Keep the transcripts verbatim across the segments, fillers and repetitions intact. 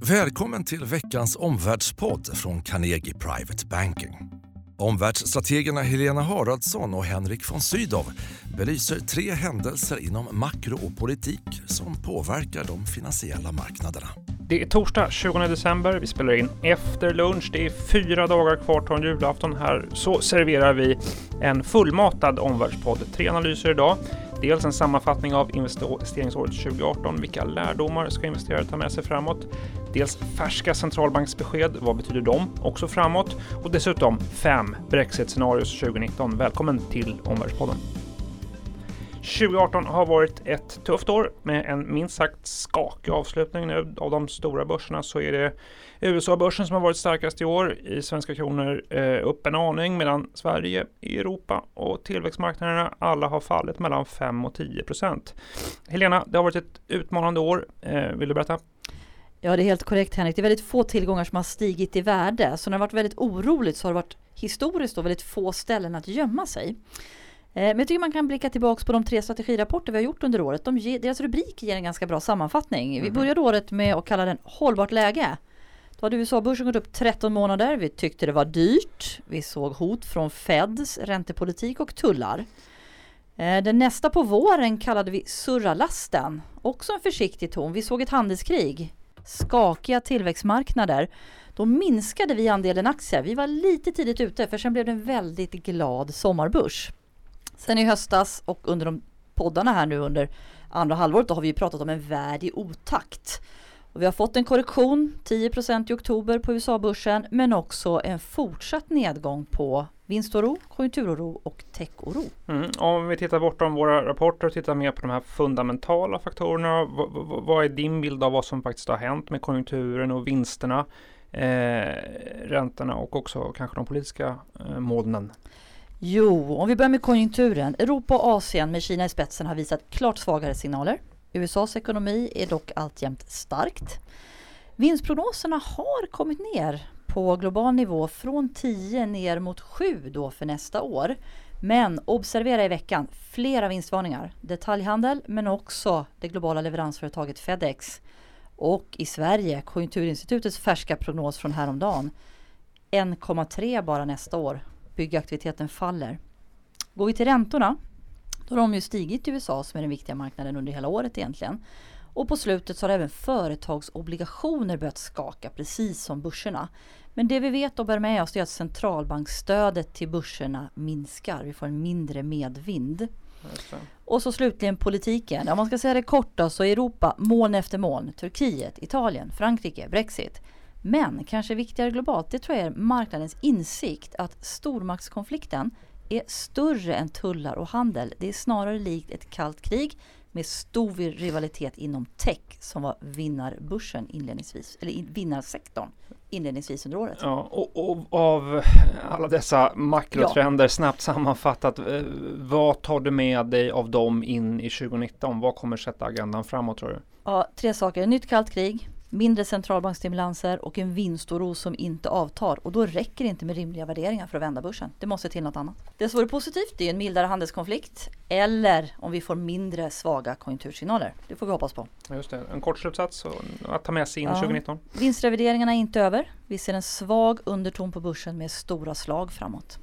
Välkommen till veckans omvärldspodd från Carnegie Private Banking. Omvärldsstrategerna Helena Haraldsson och Henrik von Sydow belyser tre händelser inom makro och politik som påverkar de finansiella marknaderna. Det är torsdag tjugonde december, vi spelar in efter lunch, det är fyra dagar kvar till julafton här, så serverar vi en fullmatad omvärldspodd. Tre analyser idag, dels en sammanfattning av investeringsåret tjugo arton, vilka lärdomar ska investerare ta med sig framåt, dels färska centralbanksbesked, vad betyder de också framåt, och dessutom fem Brexit-scenarios tjugo nitton. Välkommen till omvärldspodden. tjugo arton har varit ett tufft år med en minst sagt skakig avslutning. Nu av de stora börserna så är det U S A-börsen som har varit starkast i år. I svenska kronor eh, upp en aning, medan Sverige, Europa och tillväxtmarknaderna alla har fallit mellan fem och tio procent. Helena, det har varit ett utmanande år. Eh, vill du berätta? Ja, det är helt korrekt, Henrik. Det är väldigt få tillgångar som har stigit i värde. Så när det har varit väldigt oroligt så har det varit historiskt och väldigt få ställen att gömma sig. Men jag tycker man kan blicka tillbaka på de tre strategirapporter vi har gjort under året. De ger, deras rubrik ger en ganska bra sammanfattning. Vi började året med att kalla den hållbart läge. Då hade U S A-börsen gått upp tretton månader. Vi tyckte det var dyrt. Vi såg hot från Feds, räntepolitik och tullar. Den nästa på våren kallade vi surralasten. Också en försiktig ton. Vi såg ett handelskrig. Skakiga tillväxtmarknader. Då minskade vi andelen aktier. Vi var lite tidigt ute, för sen blev det en väldigt glad sommarbörs. Sen i höstas och under de poddarna här nu under andra halvåret, då har vi ju pratat om en värld i otakt. Och vi har fått en korrektion, tio procent i oktober på U S A-börsen, men också en fortsatt nedgång på vinstoro, konjunkturoro och techoro. Mm. Om vi tittar bortom våra rapporter och tittar mer på de här fundamentala faktorerna, v- v- vad är din bild av vad som faktiskt har hänt med konjunkturen och vinsterna, eh, räntorna och också kanske de politiska eh, molnen? Jo, om vi börjar med konjunkturen. Europa och Asien med Kina i spetsen har visat klart svagare signaler. U S A:s ekonomi är dock alltjämt starkt. Vinstprognoserna har kommit ner på global nivå från tio ner mot sju då för nästa år. Men observera i veckan flera vinstvarningar. Detaljhandel men också det globala leveransföretaget FedEx. Och i Sverige, Konjunkturinstitutets färska prognos från häromdagen. en komma tre bara nästa år. Byggaktiviteten faller. Går vi till räntorna, då har de ju stigit i U S A som är den viktiga marknaden under hela året egentligen. Och på slutet så har även företagsobligationer börjat skaka, precis som börserna. Men det vi vet och bär med oss är att centralbankstödet till börserna minskar. Vi får en mindre medvind. Och så slutligen politiken. Om man ska säga det kort då, så är Europa moln efter moln. Turkiet, Italien, Frankrike, Brexit. Men kanske viktigare globalt, det tror jag är marknadens insikt att stormaktskonflikten är större än tullar och handel. Det är snarare likt ett kallt krig med stor rivalitet inom tech som var vinnarbörsen inledningsvis, eller vinnarsektorn inledningsvis under året. Ja, och, och av alla dessa makrotrender, ja. Snabbt sammanfattat, vad tar du med dig av dem in i tjugo nitton? Vad kommer sätta agendan framåt, tror du? Ja, tre saker. Nytt kallt krig. Mindre centralbankstimulanser och en vinstoro som inte avtar. Och då räcker det inte med rimliga värderingar för att vända börsen. Det måste till något annat. Det som vore positivt är en mildare handelskonflikt. Eller om vi får mindre svaga konjunktursignaler. Det får vi hoppas på. Just det. En kort slutsats att ta med sig in ja. tjugo nitton. Vinstrevideringarna är inte över. Vi ser en svag underton på börsen med stora slag framåt.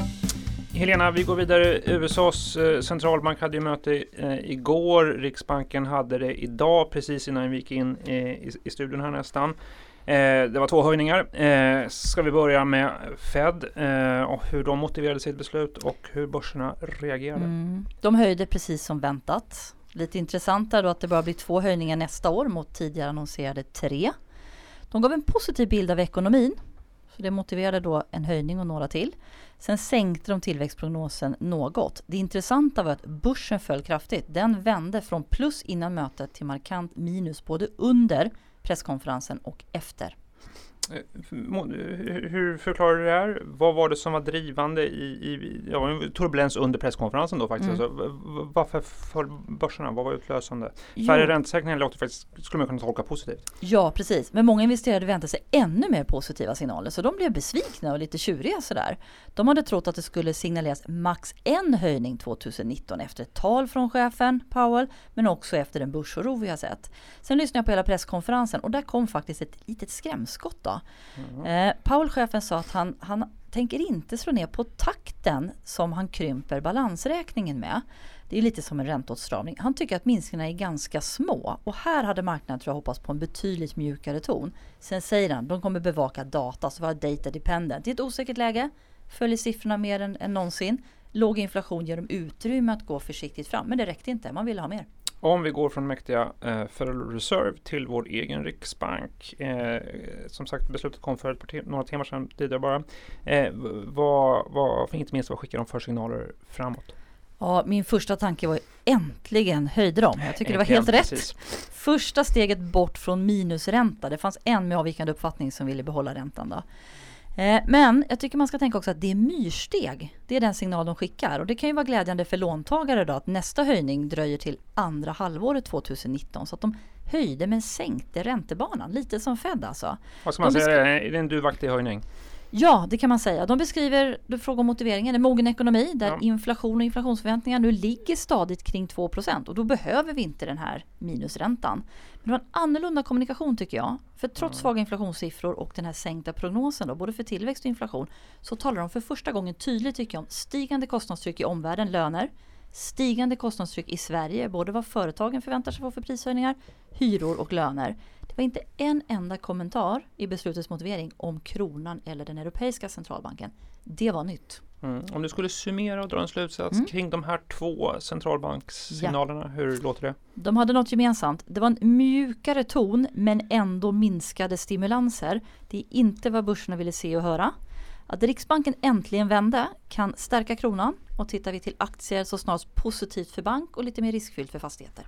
Helena, vi går vidare. U S A:s eh, centralbank hade ju möte eh, igår. Riksbanken hade det idag, precis innan vi gick in eh, i, i studion här nästan. Eh, det var två höjningar. Eh, ska vi börja med Fed eh, och hur de motiverade sitt beslut och hur börserna reagerade? Mm. De höjde precis som väntat. Lite intressant är då att det bara blir två höjningar nästa år mot tidigare annonserade tre. De gav en positiv bild av ekonomin. Så det motiverade då en höjning och några till. Sen sänkte de tillväxtprognosen något. Det intressanta var att börsen föll kraftigt. Den vände från plus innan mötet till markant minus både under presskonferensen och efter. Hur förklarar du det här? Vad var det som var drivande i, i ja, turbulens under presskonferensen då faktiskt? Mm. Alltså, varför föll börserna? Vad var utlösande? Jo. Färre räntesänkningar låter faktiskt, skulle man kunna tolka positivt. Ja, precis. Men många investerare väntade sig ännu mer positiva signaler. Så de blev besvikna och lite tjuriga sådär. De hade trott att det skulle signaleras max en höjning tjugonitton efter ett tal från chefen Powell. Men också efter den börsoro vi har sett. Sen lyssnade jag på hela presskonferensen och där kom faktiskt ett litet skrämskott då. Mm. Eh, Powell-chefen sa att han, han tänker inte slå ner på takten som han krymper balansräkningen med. Det är lite som en ränteåtstramning. Han tycker att minskningarna är ganska små. Och här hade marknaden tror jag hoppats på en betydligt mjukare ton. Sen säger han, de kommer bevaka data, så vara data dependent. I ett osäkert läge följer siffrorna mer än, än någonsin. Låg inflation ger dem utrymme att gå försiktigt fram. Men det räckte inte, man ville ha mer. Om vi går från mäktiga eh, Federal Reserve till vår egen riksbank. Eh, som sagt, beslutet kom för ett par te- några timmar sedan tidigare bara. Eh, vad, vad, för inte minst vad skickar de för signaler framåt? Ja, min första tanke var äntligen höjde de. Jag tycker det var helt rätt. Precis. Första steget bort från minusränta. Det fanns en med avvikande uppfattning som ville behålla räntan då. Men jag tycker man ska tänka också att det är myrsteg. Det är den signal de skickar. Och det kan ju vara glädjande för låntagare då att nästa höjning dröjer till andra halvåret tjugonitton. Så att de höjde men sänkte räntebanan. Lite som Fed alltså. Vad ska man de säga? Besk- är det en duvaktig höjning? Ja, det kan man säga. De beskriver, du frågar om motiveringen, en mogen ekonomi där ja. inflation och inflationsförväntningar nu ligger stadigt kring två procent. Och då behöver vi inte den här minusräntan. Men det var en annorlunda kommunikation tycker jag. För trots mm. svaga inflationssiffror och den här sänkta prognosen då, både för tillväxt och inflation, så talar de för första gången tydligt tycker jag om stigande kostnadstryck i omvärlden, löner, stigande kostnadstryck i Sverige, både vad företagen förväntar sig få för prishöjningar, hyror och löner. Det var inte en enda kommentar i beslutets motivering om kronan eller den europeiska centralbanken. Det var nytt. Mm. Om du skulle summera och dra en slutsats mm. kring de här två centralbankssignalerna, ja. Hur låter det? De hade något gemensamt. Det var en mjukare ton men ändå minskade stimulanser. Det är inte vad börserna ville se och höra. Att Riksbanken äntligen vände kan stärka kronan och tittar vi till aktier så snarast positivt för bank och lite mer riskfyllt för fastigheter.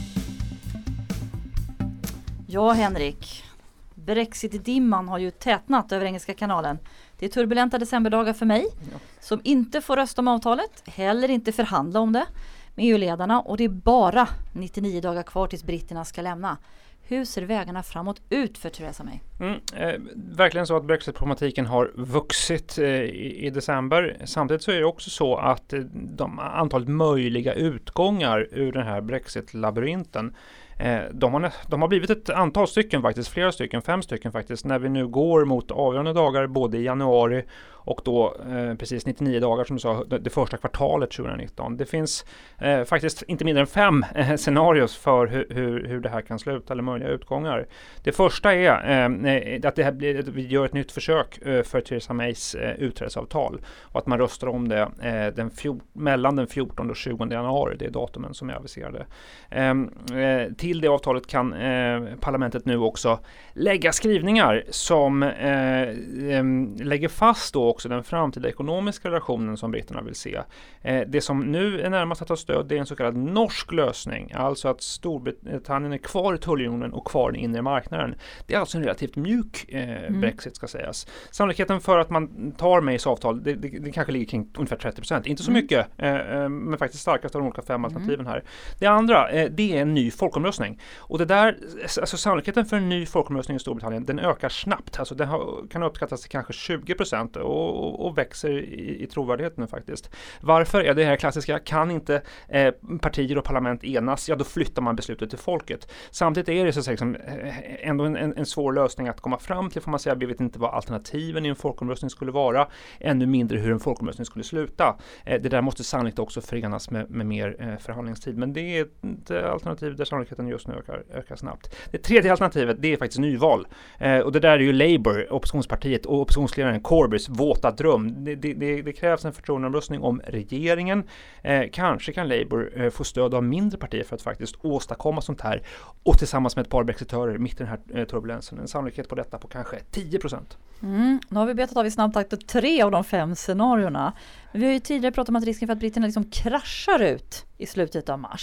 Ja, Henrik. Brexit-dimman har ju tätnat över Engelska kanalen. Det är turbulenta decemberdagar för mig ja. som inte får rösta om avtalet, heller inte förhandla om det med E U-ledarna och det är bara nittionio dagar kvar tills britterna ska lämna. Hur ser vägarna framåt ut för Theresa May? Mm, eh, verkligen så att Brexit-problematiken har vuxit eh, i, i december. Samtidigt så är det också så att eh, de antalet möjliga utgångar ur den här Brexit-labyrinten eh, de, har, de har blivit ett antal stycken faktiskt, flera stycken, fem stycken faktiskt, när vi nu går mot avgörande dagar både i januari och då eh, precis nittionio dagar som du sa, det, det första kvartalet tjugonitton. Det finns eh, faktiskt inte mindre än fem eh, scenarios för hur, hur, hur det här kan sluta eller möjliga utgångar. Det första är eh, att det här blir, att vi gör ett nytt försök eh, för Theresa Mays eh, utträdesavtal och att man röstar om det eh, den fjort, mellan den fjortonde och tjugonde januari, det är datumen som är aviserade. Eh, eh, till det avtalet kan eh, parlamentet nu också lägga skrivningar som eh, eh, lägger fast då också den framtida ekonomiska relationen som britterna vill se. Eh, det som nu är närmast att ta stöd det är en så kallad norsk lösning. Alltså att Storbritannien är kvar i tullunionen och kvar i den inre marknaden. Det är alltså en relativt mjuk eh, mm. Brexit ska sägas. Sannolikheten för att man tar Mays avtal det, det, det kanske ligger kring ungefär trettio procent. Inte så mm. mycket eh, men faktiskt starkast av de olika fem alternativen mm. här. Det andra eh, det är en ny folkomröstning. Och det där, alltså sannolikheten för en ny folkomröstning i Storbritannien den ökar snabbt. Alltså den har, kan uppskattas till kanske tjugo procent och Och, och växer i, i trovärdighet nu faktiskt. Varför är det här klassiska? Kan inte eh, partier och parlament enas? Ja, då flyttar man beslutet till folket. Samtidigt är det så att säga, eh, ändå en, en, en svår lösning att komma fram till. Får man säga, vi vet inte vad alternativen i en folkomröstning skulle vara. Ännu mindre hur en folkomröstning skulle sluta. Eh, det där måste sannolikt också förenas med, med mer eh, förhandlingstid. Men det är ett alternativ där sannolikheten just nu ökar, ökar snabbt. Det tredje alternativet, det är faktiskt nyval. Eh, och det där är ju Labour, oppositionspartiet och oppositionsledaren Corbys våta dröm. Det, det, det krävs en förtroendeomröstning om regeringen. Eh, kanske kan Labour eh, få stöd av mindre partier för att faktiskt åstadkomma sånt här. Och tillsammans med ett par brexitörer mitt i den här eh, turbulensen. En sannolikhet på detta på kanske tio procent. Mm, nu har vi betat av i snabb takt tre av de fem scenarierna. Vi har ju tidigare pratat om att risken för att britterna liksom kraschar ut i slutet av mars.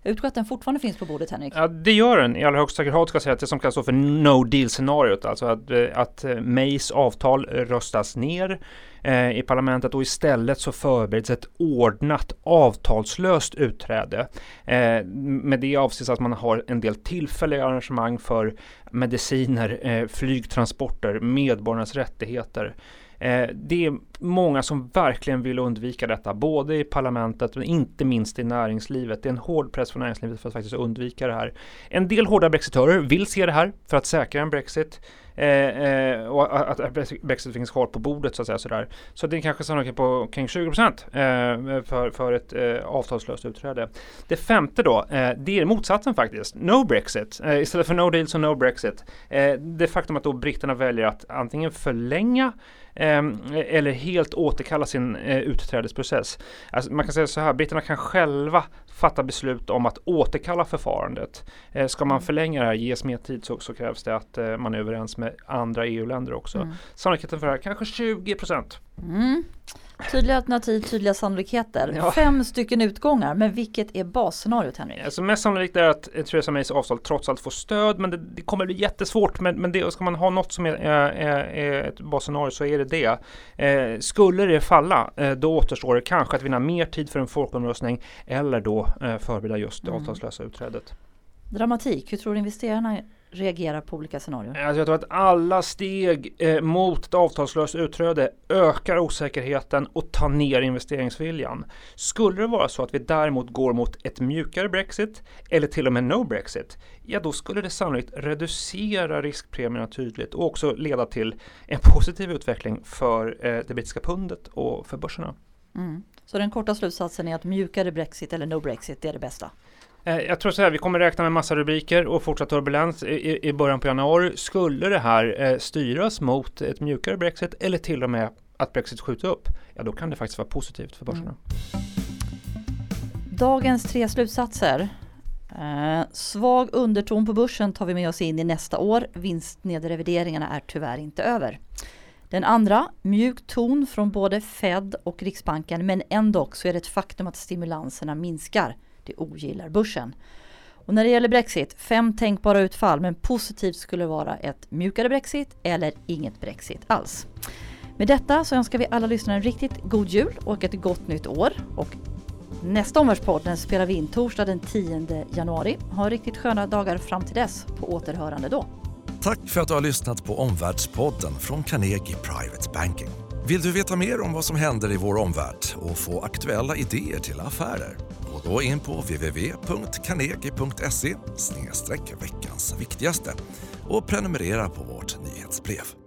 Jag utgår att den fortfarande finns på bordet, Henrik. Ja, det gör den i allra högsta grad, ska jag säga, att det som kallas för no deal-scenariot, alltså att, att Mays avtal röstas ner eh, i parlamentet och istället så förbereds ett ordnat avtalslöst utträde. Eh, med det avses att man har en del tillfälliga arrangemang för mediciner, eh, flygtransporter, medborgarnas rättigheter. Eh, det är många som verkligen vill undvika detta, både i parlamentet men inte minst i näringslivet. Det är en hård press från näringslivet för att faktiskt undvika det här. En del hårda brexitörer vill se det här för att säkra en Brexit. Eh, eh, och att, att Brexit finns kvar på bordet, så att säga, sådär. Så det är kanske sannolikt på kring tjugo procent eh, för, för ett eh, avtalslöst utträde. Det femte då, eh, det är motsatsen faktiskt. No Brexit. Eh, istället för no deal så no Brexit. Eh, det faktum att då britterna väljer att antingen förlänga eh, eller helt återkalla sin eh, utträdesprocess. Alltså, man kan säga så här, britterna kan själva fatta beslut om att återkalla förfarandet. Eh, ska man förlänga det här, ges mer tid, så, så krävs det att eh, man är överens med andra E U-länder också. Mm. Sannolikheten för det här kanske tjugo procent. Mm. Tydliga alternativ, tydliga sannolikheter. Ja. Fem stycken utgångar, men vilket är basscenariot, Henrik? Alltså mest sannolikt är att Theresa Mays avtal trots allt får stöd, men det, det kommer bli jättesvårt. Men, men det, ska man ha något som är, är, är ett basscenario så är det det. Eh, skulle det falla, eh, då återstår det kanske att vinna mer tid för en folkomröstning eller då eh, förbereda just det mm. avtalslösa utträdet. Dramatik, hur tror du investerarna reagerar på olika scenarier? Alltså jag tror att alla steg eh, mot ett avtalslöst utträde ökar osäkerheten och tar ner investeringsviljan. Skulle det vara så att vi däremot går mot ett mjukare Brexit eller till och med no Brexit, ja då skulle det sannolikt reducera riskpremierna tydligt och också leda till en positiv utveckling för eh, det brittiska pundet och för börserna. Mm. Så den korta slutsatsen är att mjukare Brexit eller no Brexit, det är det bästa? Jag tror så här, vi kommer räkna med massa rubriker och fortsatt turbulens i, i början på januari. Skulle det här eh, styras mot ett mjukare Brexit eller till och med att Brexit skjuter upp, ja då kan det faktiskt vara positivt för börserna. Mm. Dagens tre slutsatser. Eh, svag underton på börsen tar vi med oss in i nästa år. Vinstnedrevideringarna är tyvärr inte över. Den andra, mjuk ton från både Fed och Riksbanken, men ändå så är det ett faktum att stimulanserna minskar. Det ogillar börsen. Och när det gäller Brexit, fem tänkbara utfall, men positivt skulle vara ett mjukare Brexit eller inget Brexit alls. Med detta så önskar vi alla lyssnare en riktigt god jul och ett gott nytt år. Och nästa Omvärldspodden spelar vi in torsdag den tionde januari. Ha riktigt sköna dagar fram till dess, på återhörande då. Tack för att du har lyssnat på Omvärldspodden från Carnegie Private Banking. Vill du veta mer om vad som händer i vår omvärld och få aktuella idéer till affärer? Gå då in på w w w punkt carnegie punkt se slash veckans viktigaste och prenumerera på vårt nyhetsbrev.